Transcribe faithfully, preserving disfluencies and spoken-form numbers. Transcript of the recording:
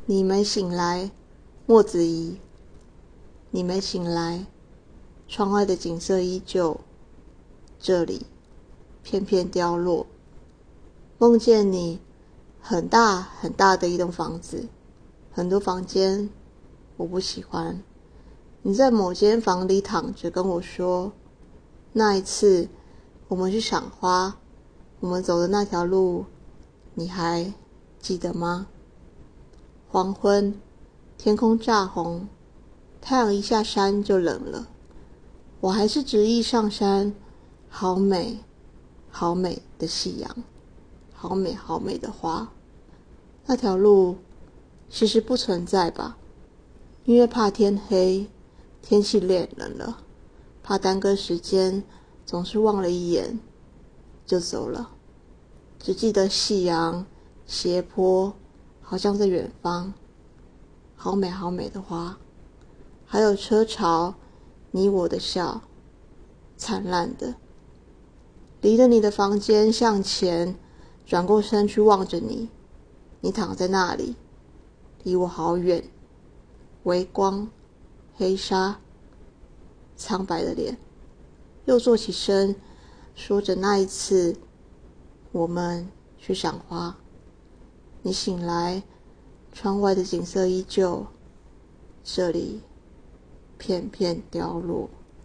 你没醒来，莫子仪。你没醒来，窗外的景色依旧，这里片片凋落。梦见你很大很大的一栋房子，很多房间，我不喜欢。你在某间房里躺着跟我说，那一次我们去赏花，我们走的那条路，你还记得吗？黄昏，天空乍红，太阳一下山就冷了，我还是执意上山。好美好美的夕阳，好美好美的花。那条路其实不存在吧，因为怕天黑，天气变冷了，怕耽搁时间，总是望了一眼就走了，只记得夕阳斜坡好像在远方，好美好美的花，还有车潮，你我的笑，灿烂的。离着你的房间向前，转过身去望着你，你躺在那里，离我好远，微光，黑纱，苍白的脸。又坐起身，说着那一次我们去赏花。你醒来，窗外的景色依旧，这里片片凋落。